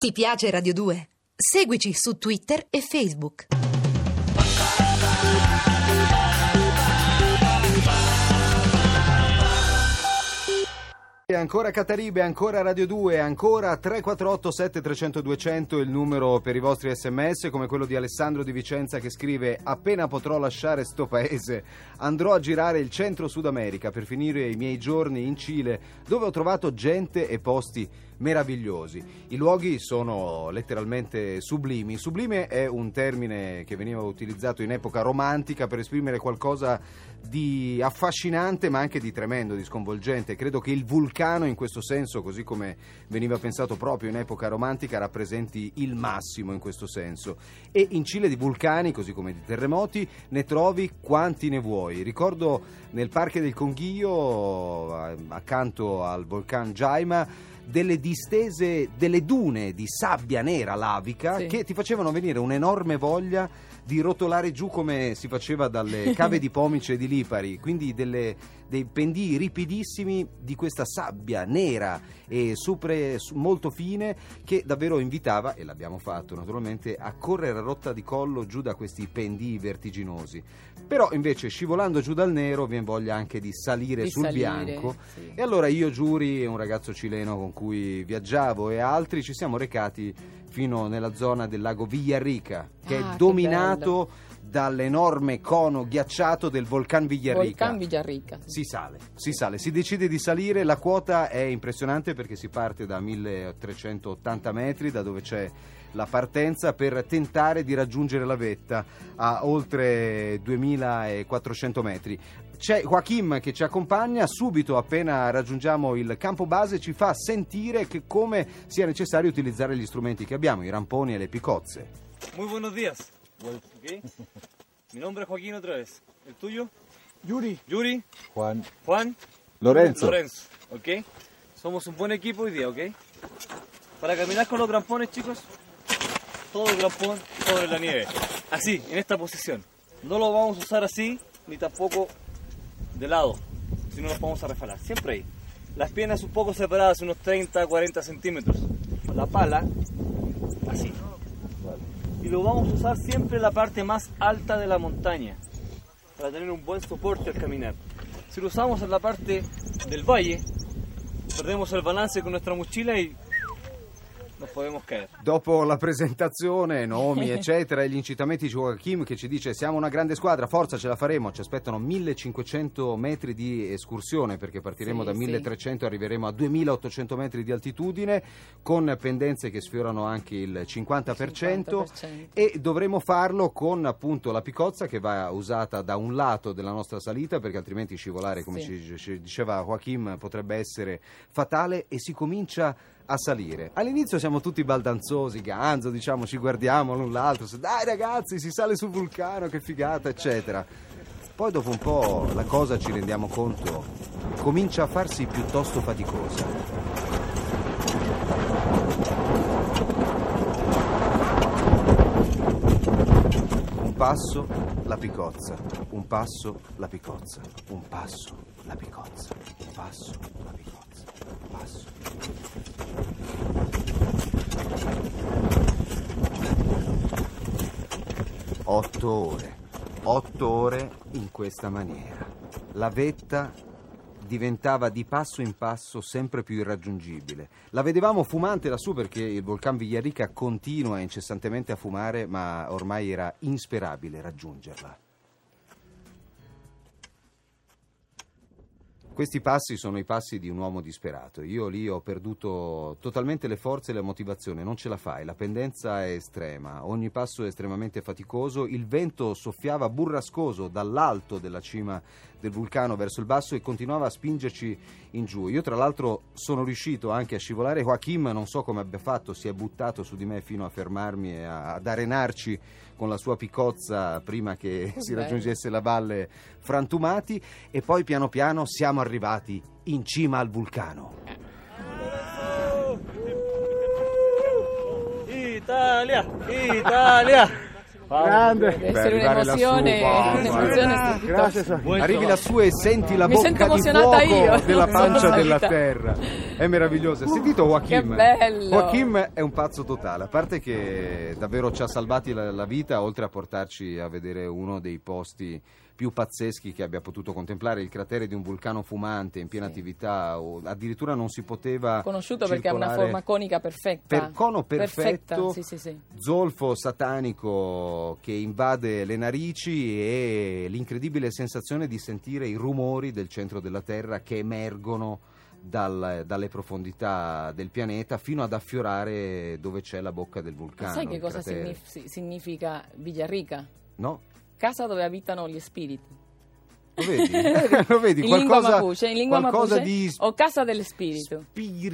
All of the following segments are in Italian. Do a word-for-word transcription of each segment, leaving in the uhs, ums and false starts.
Ti piace Radio due? Seguici su Twitter e Facebook. Ancora Cataribe, ancora Radio due, ancora tre quattro otto sette tre zero zero due zero zero il numero per i vostri sms, come quello di Alessandro di Vicenza che scrive: appena potrò lasciare sto paese andrò a girare il centro Sud America per finire i miei giorni in Cile, dove ho trovato gente e posti meravigliosi. I luoghi sono letteralmente sublimi. Sublime è un termine che veniva utilizzato in epoca romantica per esprimere qualcosa di affascinante ma anche di tremendo, di sconvolgente. Credo che il vulcano in questo senso, così come veniva pensato proprio in epoca romantica, rappresenti il massimo in questo senso. E in Cile di vulcani, così come di terremoti, ne trovi quanti ne vuoi. Ricordo nel Parque del Conguillo, accanto al vulcano Jaima, delle distese, delle dune di sabbia nera lavica, sì, che ti facevano venire un'enorme voglia di rotolare giù come si faceva dalle cave di Pomice e di Lipari, quindi delle, dei pendii ripidissimi di questa sabbia nera e supre, molto fine, che davvero invitava, e l'abbiamo fatto naturalmente, a correre a rotta di collo giù da questi pendii vertiginosi. Però invece scivolando giù dal nero viene voglia anche di salire di sul salire, bianco, sì. E allora io, Giuri, un ragazzo cileno con cui viaggiavo, e altri ci siamo recati fino nella zona del lago Villarrica, che ah, è dominato dall'enorme cono ghiacciato del Volcan Villarrica. Volcan Villarrica. Si sale, si sale, si decide di salire. La quota è impressionante perché si parte da milletrecentottanta metri, da dove c'è la partenza, per tentare di raggiungere la vetta a oltre duemilaquattrocento metri. C'è Joachim che ci accompagna. Subito, appena raggiungiamo il campo base, ci fa sentire che come sia necessario utilizzare gli strumenti che abbiamo, i ramponi e le picozze. Muy buenos días. Okay. Mi nombre es Joaquín otra vez. ¿El tuyo? Yuri. Yuri. Juan. Juan. Lorenzo. Lorenzo. Ok. Somos un buen equipo hoy día, ok. Para caminar con los grampones, chicos, todo el grampón sobre la nieve. Así, en esta posición. No lo vamos a usar así, ni tampoco de lado, si no nos vamos a resbalar. Siempre ahí. Las piernas un poco separadas, unos treinta, cuarenta centímetros. La pala, así. Y lo vamos a usar siempre en la parte más alta de la montaña, para tener un buen soporte al caminar. Si lo usamos en la parte del valle, perdemos el balance con nuestra mochila y non podemos caer. Dopo la presentazione, nomi eccetera, e gli incitamenti di Joachim che ci dice: siamo una grande squadra, forza, ce la faremo. Ci aspettano millecinquecento metri di escursione, perché partiremo sì, da milletrecento e sì. arriveremo a duemilaottocento metri di altitudine, con pendenze che sfiorano anche il cinquanta per cento, cinquanta per cento, e dovremo farlo con appunto la picozza, che va usata da un lato della nostra salita, perché altrimenti scivolare, come sì. ci, ci diceva Joachim, potrebbe essere fatale. E si comincia a salire. All'inizio siamo tutti baldanzosi, ganzo, diciamo, ci guardiamo l'un l'altro, dai ragazzi, si sale sul vulcano, che figata, eccetera. Poi dopo un po' la cosa, ci rendiamo conto, comincia a farsi piuttosto faticosa. Un passo, la picozza, un passo, la picozza, un passo, la picozza, un passo, la picozza, un passo. Otto ore, otto ore in questa maniera. La vetta diventava di passo in passo sempre più irraggiungibile. La vedevamo fumante lassù, perché il Volcan Villarrica continua incessantemente a fumare, ma ormai era insperabile raggiungerla. Questi passi sono i passi di un uomo disperato. Io lì ho perduto totalmente le forze e la motivazione, non ce la fai, la pendenza è estrema, ogni passo è estremamente faticoso, il vento soffiava burrascoso dall'alto della cima del vulcano verso il basso e continuava a spingerci in giù. Io tra l'altro sono riuscito anche a scivolare. Joachim, non so come abbia fatto, si è buttato su di me fino a fermarmi e a, ad arenarci con la sua picozza prima che si raggiungesse la valle frantumati, e poi piano piano siamo arrivati in cima al vulcano. Italia, Italia, Grande, Deve Beh, essere arrivare un'emozione, lassù, un'emozione wow, strepitosa. grazie, so- Buon arrivi trovato. lassù e senti la Mi sento bocca di emozionata fuoco io. della pancia Sono della salita. terra. È meraviglioso. Hai sentito Joachim? Che bello. Joachim è un pazzo totale, a parte che davvero ci ha salvati la, la vita, oltre a portarci a vedere uno dei posti più pazzeschi che abbia potuto contemplare, il cratere di un vulcano fumante in piena Sì. attività, o addirittura non si poteva Conosciuto perché ha una circolare forma conica perfetta. per cono perfetto, Perfetta, sì, sì, sì. zolfo satanico che invade le narici e l'incredibile sensazione di sentire i rumori del centro della Terra che emergono dal- dalle profondità del pianeta fino ad affiorare dove c'è la bocca del vulcano. Sai che il cosa cratere. signif- significa Villarrica? No? Casa dove abitano gli spiriti. Lo vedi? Lo vedi? In Qualcosa, lingua mapuche, in lingua qualcosa mapuche, di o casa dello spirito.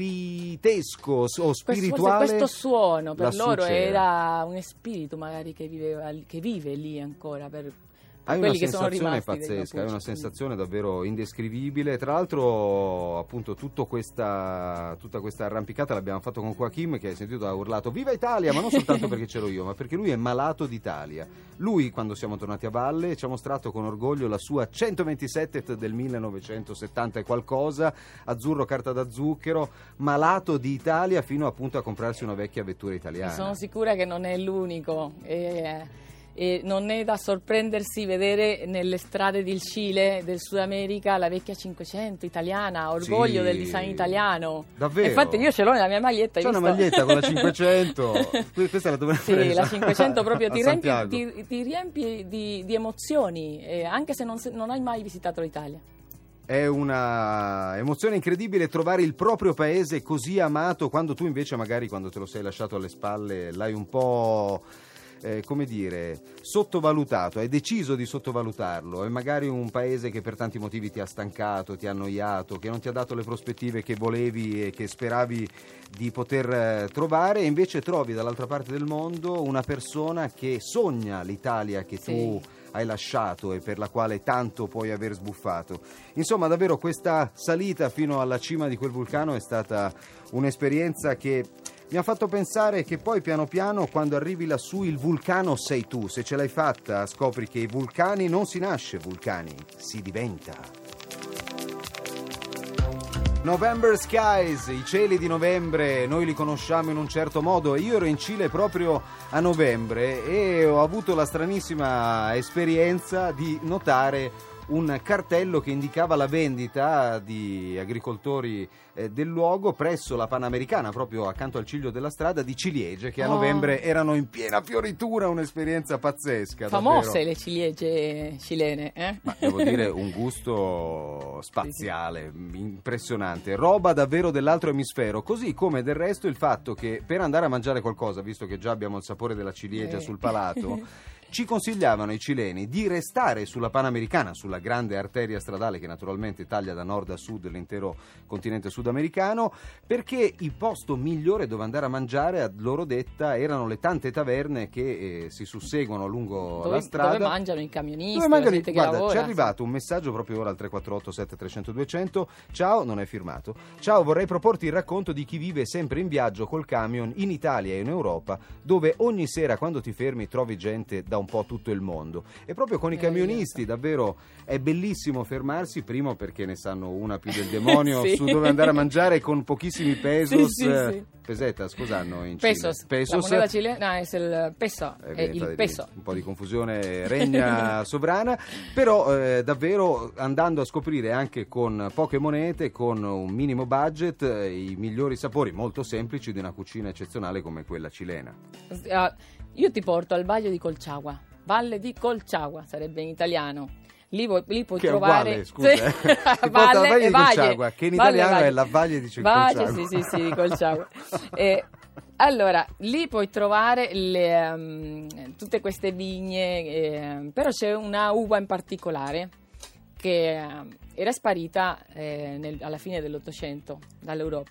spiritesco o Questo- spirituale. Forse questo suono per lassù loro c'era. era un spirito magari che, viveva, che vive lì ancora per, per Hai una quelli che sono sensazione rimasti dei pazzesca, hai una Mapuche. sensazione davvero indescrivibile. Tra l'altro, appunto, tutto questa, tutta questa arrampicata l'abbiamo fatto con Joachim, che hai sentito ha urlato Viva Italia, ma non soltanto perché c'ero io, ma perché lui è malato d'Italia. Lui, quando siamo tornati a valle, ci ha mostrato con orgoglio la sua centoventisette del millenovecentosettanta e qualcosa, azzurro carta da zucchero, malato di Italia fino appunto a comprarsi una vecchia vettura italiana. Sono sicura che non è l'unico. E, e non è da sorprendersi vedere nelle strade del Cile, del Sud America, la vecchia cinquecento italiana, orgoglio Sì. del design italiano. Davvero? Infatti io ce l'ho nella mia maglietta. hai C'è una visto? maglietta con la cinquecento. Questa la dovrei Sì, presa la cinquecento proprio a ti riempi, Santiago. ti, ti riempi di, di emozioni, eh, anche se non, se- non hai mai visitato l'Italia. È una emozione incredibile trovare il proprio paese così amato, quando tu invece magari, quando te lo sei lasciato alle spalle, l'hai un po', eh, come dire, sottovalutato, hai deciso di sottovalutarlo. È magari un paese che per tanti motivi ti ha stancato, ti ha annoiato, che non ti ha dato le prospettive che volevi e che speravi di poter eh, trovare, e invece trovi dall'altra parte del mondo una persona che sogna l'Italia che Sì. tu hai lasciato e per la quale tanto puoi aver sbuffato. Insomma, davvero questa salita fino alla cima di quel vulcano è stata un'esperienza che mi ha fatto pensare che poi piano piano, quando arrivi lassù, il vulcano sei tu. Se ce l'hai fatta, scopri che i vulcani non si nasce vulcani, si diventa. November Skies, i cieli di novembre, noi li conosciamo in un certo modo, e io ero in Cile proprio a novembre e ho avuto la stranissima esperienza di notare un cartello che indicava la vendita di agricoltori eh, del luogo presso la Panamericana, proprio accanto al ciglio della strada, di ciliegie che a Oh. novembre erano in piena fioritura, un'esperienza pazzesca. Famose davvero. le ciliegie cilene, eh? Ma devo dire un gusto spaziale, impressionante, roba davvero dell'altro emisfero, così come del resto il fatto che per andare a mangiare qualcosa, visto che già abbiamo il sapore della ciliegia Eh. sul palato, ci consigliavano i cileni di restare sulla Panamericana, sulla grande arteria stradale che naturalmente taglia da nord a sud l'intero continente sudamericano, perché il posto migliore dove andare a mangiare, a loro detta, erano le tante taverne che eh, si susseguono lungo Dove, la strada. dove mangiano i camionisti, Dove la magari- gente che guarda, lavora. ci è arrivato un messaggio proprio ora al tre quattro otto sette tre zero zero due zero zero. Ciao, non è firmato. Ciao, vorrei proporti il racconto di chi vive sempre in viaggio col camion in Italia e in Europa, dove ogni sera quando ti fermi trovi gente da un po' tutto il mondo. E proprio con i camionisti davvero è bellissimo fermarsi, primo perché ne sanno una più del demonio Sì. su dove andare a mangiare con pochissimi pesos. Sì, sì, eh, sì. Pesetas, cos'hanno in Pesos. Cile? La moneta cilena è il peso, Eh, è diventa il lì peso. un po' di confusione regna sovrana, però eh, davvero andando a scoprire anche con poche monete, con un minimo budget, eh, i migliori sapori molto semplici di una cucina eccezionale come quella cilena. Ah, io ti porto al Valle di Colchagua, Valle di Colchagua sarebbe in italiano. Lì, pu- lì puoi Che è trovare uguale, scusa, Sì. eh. Ti porta al Valle di Colchagua, che in Valle, italiano Valle. è la Valle di Valle, Colchagua. sì, sì, sì, di Colchagua. Eh, allora, lì puoi trovare le, um, tutte queste vigne, eh, però c'è una uva in particolare che eh, era sparita eh, nel- alla fine dell'Ottocento dall'Europa.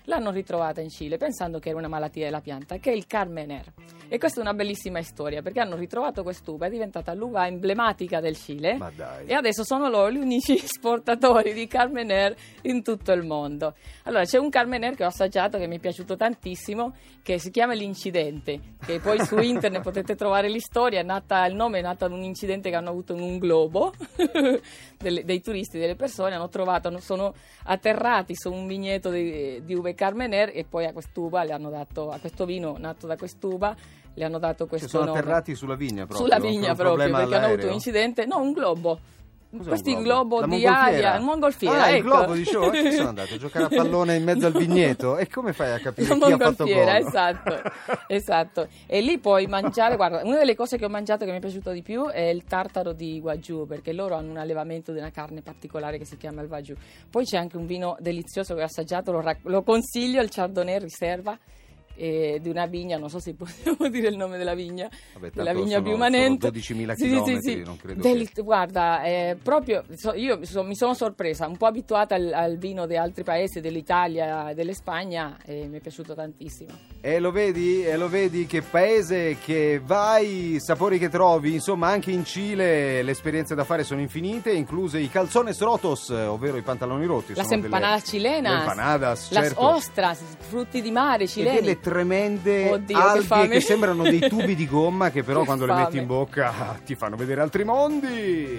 l'hanno ritrovata in Cile pensando che era una malattia della pianta, che è il Carmener. E questa è una bellissima storia, perché hanno ritrovato quest'uva, è diventata l'uva emblematica del Cile. Ma dai. E adesso sono loro gli unici esportatori di Carmener in tutto il mondo. Allora, c'è un Carmener che ho assaggiato che mi è piaciuto tantissimo, che si chiama L'Incidente, che poi su internet potete trovare l'istoria. È nata, il nome è nato da un incidente che hanno avuto in un globo delle, dei turisti, delle persone, hanno trovato, sono atterrati su un vigneto di, di uve Carmener, e poi a quest'uva le hanno dato, a questo vino nato da quest'uva le hanno dato questo Cioè, sono nome. atterrati sulla vigna proprio? Sulla vigna proprio, perché all'aereo. hanno avuto un incidente, no, un globo. Cos'è Questi un globo? globo La di mongolfiera? aria, mongolfiera, Ah, ecco. il globo, dicevo, che sono andato a giocare a pallone in mezzo al vigneto, e come fai a capire La chi ha fatto gol? mongolfiera, esatto, esatto. E lì puoi mangiare, guarda, una delle cose che ho mangiato che mi è piaciuto di più è il tartaro di Wagyu, perché loro hanno un allevamento di una carne particolare che si chiama il Wagyu. Poi c'è anche un vino delizioso che ho assaggiato, lo, rac- lo consiglio, il Chardonnay Riserva, eh, di una vigna, non so se possiamo dire il nome della vigna, Vabbè, della tanto vigna sono- più manente. sono dodicimila Sì, chilometri, sì, sì. non credo Deli- che- Guarda, eh, proprio so- io so- mi sono sorpresa, un po' abituata al, al vino di altri paesi, dell'Italia, delle Spagna, e mi è piaciuto tantissimo. E lo vedi, e lo vedi che paese che vai, sapori che trovi, insomma anche in Cile le esperienze da fare sono infinite, incluse i calzones rotos, ovvero i pantaloni rotti. Las sono empanadas delle, chilenas, le empanadas, las certo. ostras, frutti di mare E cileni. delle tremende Oddio, che alghe fame. che sembrano dei tubi di gomma, che però Che quando le fame. metti in bocca ti fanno vedere altri mondi.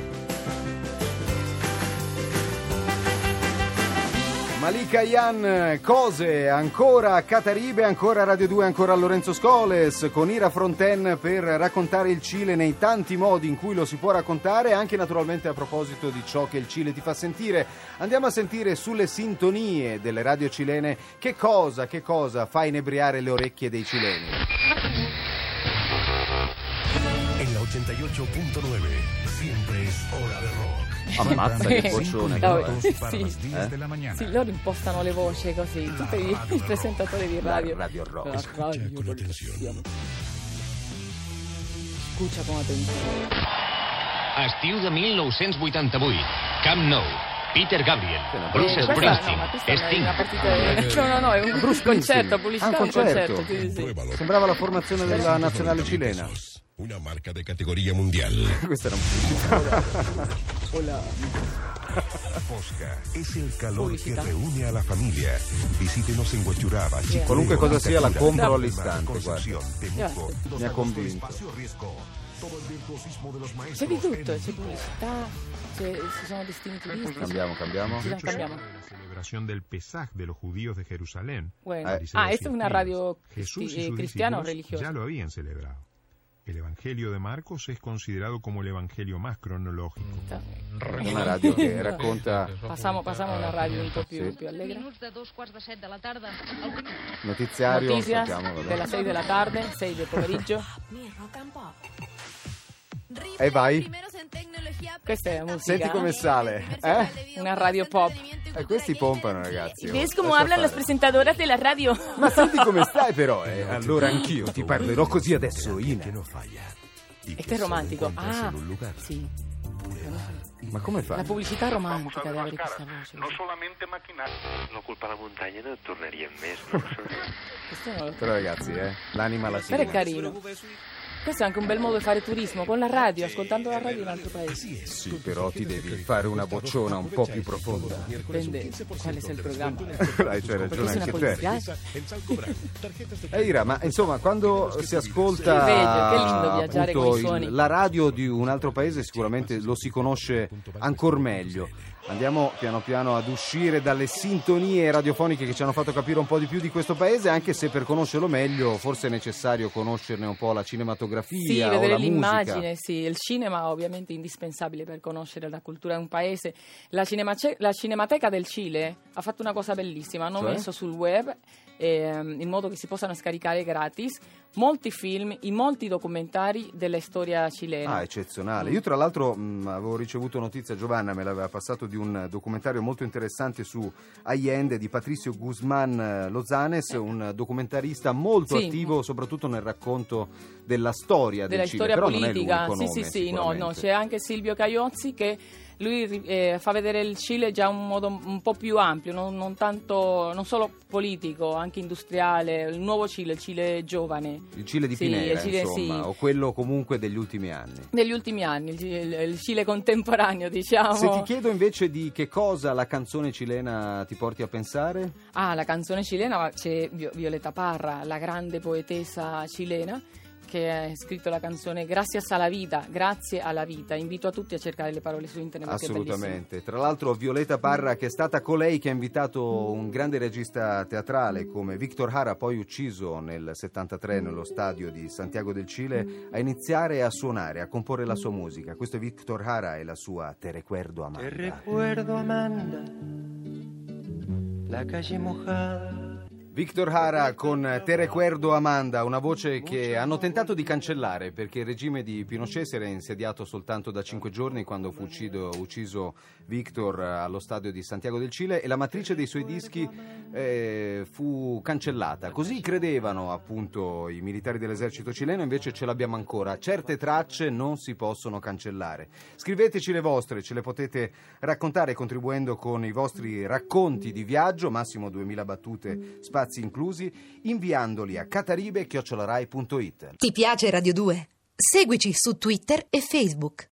Malika Yan, cose, ancora Cataribe, ancora Radio due, ancora Lorenzo Scoles, con Ira Fronten per raccontare il Cile nei tanti modi in cui lo si può raccontare, anche naturalmente a proposito di ciò che il Cile ti fa sentire. Andiamo a sentire sulle sintonie delle radio cilene che cosa, che cosa fa inebriare le orecchie dei cileni. En la ochenta y ocho punto nueve, siempre es hora de rock. Ammazza che boccione. No, che Para sì. las diez Eh? de la mañana. Sì, loro impostano le voci così, tutti i, i presentatori di La radio. Radio Rock. La Escucha radio con Rock. atención. Escucha con atención. Estiu de mil nou-cents vuitanta-vuit. Camp Nou. Peter Gabriel. Bruce Eh, questa, Springsteen. no, ma questa non è Sting. una partita di... No, no, no, è un Bruce concerto, Springsteen. pubblicità, Ah, un un concerto. concerto. Sì, sì, sì. Pruébalo. Sembrava la formazione della nazionale cilena. Una marca de categoría mundial. Questa era un Hola. Fosca es el calor Publicidad. que reúne a la familia. Visítenos en Huechuraba, Chicureo, Qualunque cosa sia, la Catura, compro Mar, all'istante, Concepción, Temuco, Grazie. Los Mi ha Lagos, convinto. Espacio Riesgo. Todo el virtuosismo de los C'è maestros. di tutto, en c'è pubblicità, c'è, ci sono destini turistici. Cambiamo, cambiamo. Sì, cambiamo. La celebración del Pesaj de los judíos de Jerusalén. Bueno. Eh. Dice Ah, los esta es una judíos. radio Jesús y cristi- eh, sus cristiana o discípulos religiosa. ya lo habían celebrado. El Evangelio de Marcos es considerado como el Evangelio más cronológico. Una radio che racconta Passiamo, passiamo a una radio un po' più, Sì. più allegra. Minuts de dos quarts de set de la tarda. El primer... notiziario. Noticias Sappiamo, vabbè. della sei della tarde, sei del pomeriggio. E vai. Questa è la musica. Senti come sale, eh? Una radio pop. E questi pompano, ragazzi. oh. ¿Ves cómo Lascia hablan las fare. presentadoras de la radio? Ma senti come stai però, eh? Allora anch'io ti parlerò così adesso, Ina. que no falla. Y que Este es solo romantico. encuentras Ah, en un lugar. sì. Ma come La fa? pubblicità romantica deve avere questa voce. No solamente maquinaria. No culpa la muntanya, no tornaríem més. No? Questo non lo- Però ragazzi, eh? L'anima la Però è sigla. carino. Questo è anche un bel modo di fare turismo, con la radio, ascoltando la radio in un altro paese. Sì, però ti devi fare una bocciona un po' più profonda. Dipende quale sia il programma. Dai, c'hai Perché ragione sei una anche polizia. te. E Ira, ma insomma, quando si ascolta Che bello, che lindo viaggiare appunto, coi suoni. il- la radio di un altro paese, sicuramente lo si conosce ancora meglio. Andiamo piano piano ad uscire dalle sintonie radiofoniche che ci hanno fatto capire un po' di più di questo paese, anche se per conoscerlo meglio forse è necessario conoscerne un po' la cinematografia Sì, o vedere la l'immagine, musica. sì. Il cinema ovviamente è indispensabile per conoscere la cultura di un paese. La, cinemace- la Cinemateca del Cile ha fatto una cosa bellissima, hanno Cioè? messo sul web, ehm, in modo che si possano scaricare gratis, molti film, i molti documentari della storia cilena. Ah, eccezionale. Io tra l'altro mh, avevo ricevuto notizia, Giovanna me l'aveva passato, di un documentario molto interessante su Allende di Patricio Guzmán eh, Lozanes, un documentarista molto Sì. attivo soprattutto nel racconto della storia del della Cile, storia però non è politica. l'unico sì, nome, sì, sì, no, no, sicuramente. c'è anche Silvio Caiozzi che lui eh, fa vedere il Cile già in un modo un po' più ampio, non, non tanto, non solo politico, anche industriale, il nuovo Cile, il Cile giovane. Il Cile di Sì, Pinera, il Cile, insomma, sì. o quello comunque degli ultimi anni. Negli ultimi anni, il, il, il Cile contemporaneo, diciamo. Se ti chiedo invece di che cosa la canzone cilena ti porti a pensare? Ah, la canzone cilena, c'è Vi- Violeta Parra, la grande poetessa cilena, che ha scritto la canzone Gracias a la Vida, grazie alla vita. Invito a tutti a cercare le parole su internet perché è bellissimo. Assolutamente. Tra l'altro Violeta Parra, che è stata colei che ha invitato un grande regista teatrale come Víctor Jara, poi ucciso nel settantatré nello stadio di Santiago del Cile, a iniziare a suonare, a comporre la sua musica. Questo è Víctor Jara e la sua Te recuerdo Amanda. Te recuerdo Amanda, la calle mojada. Víctor Jara con Te recuerdo Amanda, una voce che hanno tentato di cancellare perché il regime di Pinochet si era insediato soltanto da cinque giorni quando fu ucciso, ucciso Víctor allo stadio di Santiago del Cile, e la matrice dei suoi dischi eh, fu cancellata. Così credevano appunto i militari dell'esercito cileno, invece ce l'abbiamo ancora. Certe tracce non si possono cancellare. Scriveteci le vostre, ce le potete raccontare contribuendo con i vostri racconti di viaggio, massimo duemila battute, spazi inclusi, inviandoli a cataribe chiocciola rai punto it. Ti piace Radio due? Seguici su Twitter e Facebook.